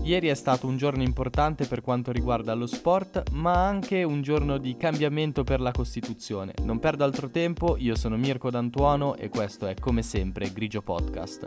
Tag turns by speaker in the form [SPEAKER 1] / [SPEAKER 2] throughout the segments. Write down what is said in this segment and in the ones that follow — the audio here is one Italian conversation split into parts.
[SPEAKER 1] Ieri è stato un giorno importante per quanto riguarda lo sport, ma anche un giorno di cambiamento per la Costituzione. Non perdo altro tempo, io sono Mirko D'Antuono e questo è come sempre Grigio Podcast.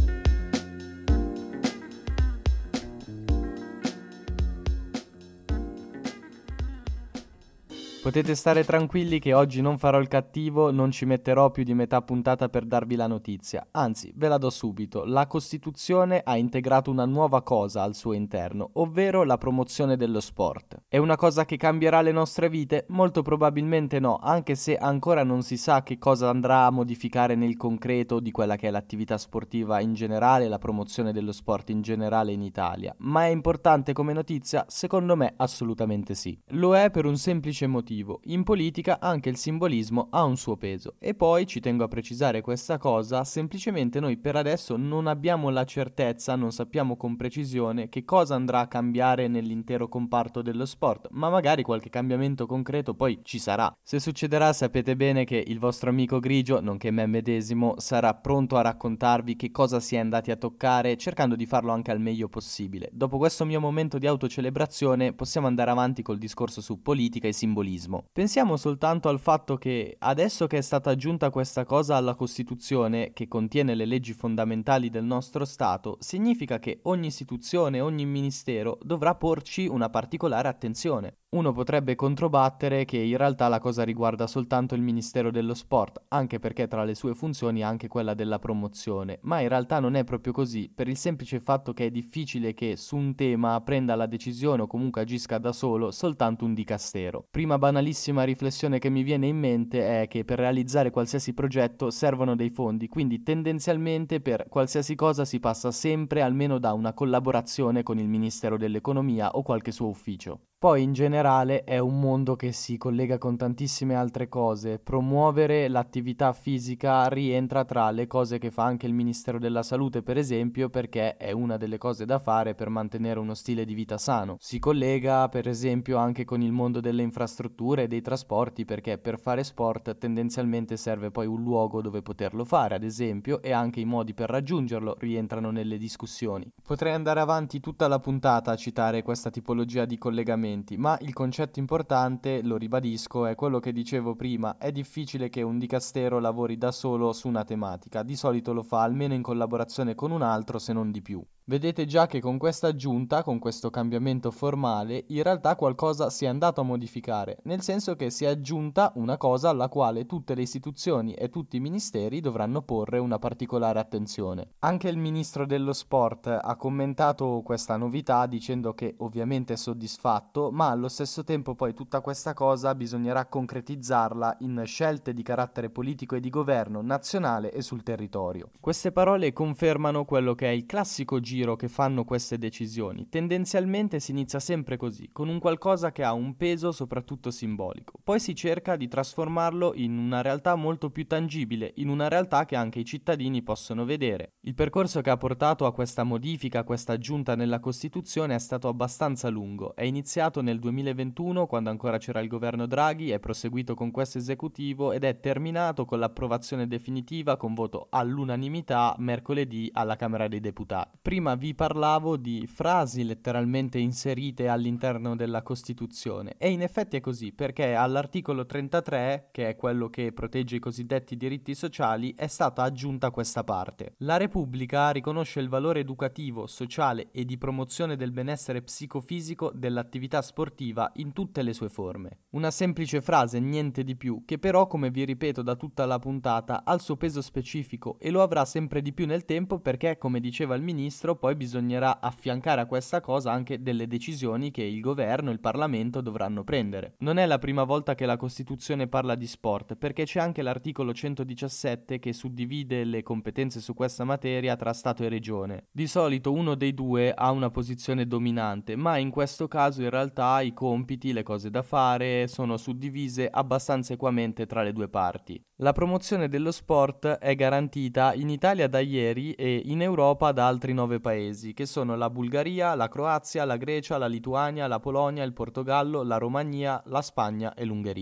[SPEAKER 1] Potete stare tranquilli che oggi non farò il cattivo, non ci metterò più di metà puntata per darvi la notizia. Anzi, ve la do subito. La Costituzione ha integrato una nuova cosa al suo interno, ovvero la promozione dello sport. È una cosa che cambierà le nostre vite? Molto probabilmente no, anche se ancora non si sa che cosa andrà a modificare nel concreto di quella che è l'attività sportiva in generale, la promozione dello sport in generale in Italia. Ma è importante come notizia? Secondo me assolutamente sì. Lo è per un semplice motivo. In politica anche il simbolismo ha un suo peso e poi ci tengo a precisare questa cosa, semplicemente noi per adesso non abbiamo la certezza, non sappiamo con precisione che cosa andrà a cambiare nell'intero comparto dello sport, ma magari qualche cambiamento concreto poi ci sarà. Se succederà sapete bene che il vostro amico Grigio, nonché me medesimo, sarà pronto a raccontarvi che cosa si è andati a toccare, cercando di farlo anche al meglio possibile. Dopo questo mio momento di autocelebrazione possiamo andare avanti col discorso su politica e simbolismo. Pensiamo soltanto al fatto che adesso che è stata aggiunta questa cosa alla Costituzione, che contiene le leggi fondamentali del nostro Stato, significa che ogni istituzione, ogni ministero dovrà porci una particolare attenzione. Uno potrebbe controbattere che in realtà la cosa riguarda soltanto il Ministero dello Sport, anche perché tra le sue funzioni ha anche quella della promozione, ma in realtà non è proprio così, per il semplice fatto che è difficile che su un tema prenda la decisione o comunque agisca da solo soltanto un dicastero. Prima banalissima riflessione che mi viene in mente è che per realizzare qualsiasi progetto servono dei fondi, quindi tendenzialmente per qualsiasi cosa si passa sempre almeno da una collaborazione con il Ministero dell'Economia o qualche suo ufficio. Poi in generale è un mondo che si collega con tantissime altre cose. Promuovere l'attività fisica rientra tra le cose che fa anche il Ministero della Salute, per esempio, perché è una delle cose da fare per mantenere uno stile di vita sano. Si collega per esempio anche con il mondo delle infrastrutture e dei trasporti, perché per fare sport tendenzialmente serve poi un luogo dove poterlo fare, ad esempio, e anche i modi per raggiungerlo rientrano nelle discussioni. Potrei andare avanti tutta la puntata a citare questa tipologia di collegamenti, ma il concetto importante, lo ribadisco, è quello che dicevo prima: è difficile che un dicastero lavori da solo su una tematica, di solito lo fa almeno in collaborazione con un altro, se non di più. Vedete già che con questa aggiunta, con questo cambiamento formale, in realtà qualcosa si è andato a modificare, nel senso che si è aggiunta una cosa alla quale tutte le istituzioni e tutti i ministeri dovranno porre una particolare attenzione. Anche il ministro dello sport ha commentato questa novità dicendo che ovviamente è soddisfatto, ma allo stesso tempo poi tutta questa cosa bisognerà concretizzarla in scelte di carattere politico e di governo nazionale e sul territorio. Queste parole confermano quello che è il classico giro che fanno queste decisioni. Tendenzialmente si inizia sempre così, con un qualcosa che ha un peso soprattutto simbolico. Poi si cerca di trasformarlo in una realtà molto più tangibile, in una realtà che anche i cittadini possono vedere. Il percorso che ha portato a questa modifica, a questa aggiunta nella Costituzione è stato abbastanza lungo. È iniziato nel 2021, quando ancora c'era il governo Draghi, è proseguito con questo esecutivo ed è terminato con l'approvazione definitiva con voto all'unanimità mercoledì alla Camera dei Deputati. Prima vi parlavo di frasi letteralmente inserite all'interno della Costituzione e in effetti è così, perché all'articolo 33, che è quello che protegge i cosiddetti diritti sociali, è stata aggiunta questa parte: la Repubblica riconosce il valore educativo, sociale e di promozione del benessere psicofisico dell'attività sportiva in tutte le sue forme. Una semplice frase, niente di più, che però, come vi ripeto da tutta la puntata, ha il suo peso specifico e lo avrà sempre di più nel tempo, perché, come diceva il ministro, poi bisognerà affiancare a questa cosa anche delle decisioni che il governo e il Parlamento dovranno prendere. Non è la prima volta che la Costituzione parla di sport, perché c'è anche l'articolo 117 che suddivide le competenze su questa materia tra Stato e Regione. Di solito uno dei due ha una posizione dominante, ma in questo caso in realtà i compiti, le cose da fare sono suddivise abbastanza equamente tra le due parti. La promozione dello sport è garantita in Italia da ieri e in Europa da altri 9 paesi, che sono la Bulgaria, la Croazia, la Grecia, la Lituania, la Polonia, il Portogallo, la Romania, la Spagna e l'Ungheria.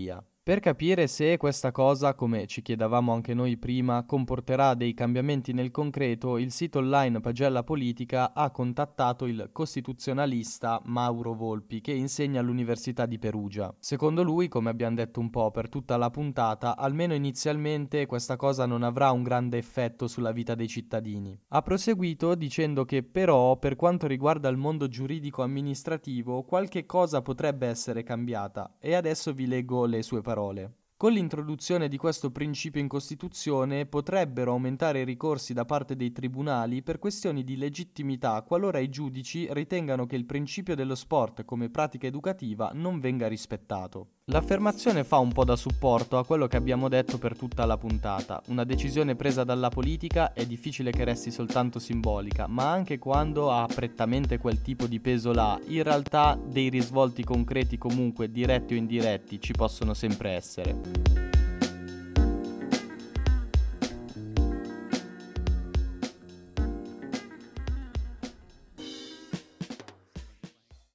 [SPEAKER 1] Per capire se questa cosa, come ci chiedevamo anche noi prima, comporterà dei cambiamenti nel concreto, il sito online Pagella Politica ha contattato il costituzionalista Mauro Volpi, che insegna all'Università di Perugia. Secondo lui, come abbiamo detto un po' per tutta la puntata, almeno inizialmente questa cosa non avrà un grande effetto sulla vita dei cittadini. Ha proseguito dicendo che però, per quanto riguarda il mondo giuridico-amministrativo, qualche cosa potrebbe essere cambiata, e adesso vi leggo le sue parole. Con l'introduzione di questo principio in Costituzione potrebbero aumentare i ricorsi da parte dei tribunali per questioni di legittimità qualora i giudici ritengano che il principio dello sport come pratica educativa non venga rispettato. L'affermazione fa un po' da supporto a quello che abbiamo detto per tutta la puntata. Una decisione presa dalla politica è difficile che resti soltanto simbolica, ma anche quando ha prettamente quel tipo di peso là, in realtà dei risvolti concreti comunque, diretti o indiretti, ci possono sempre essere.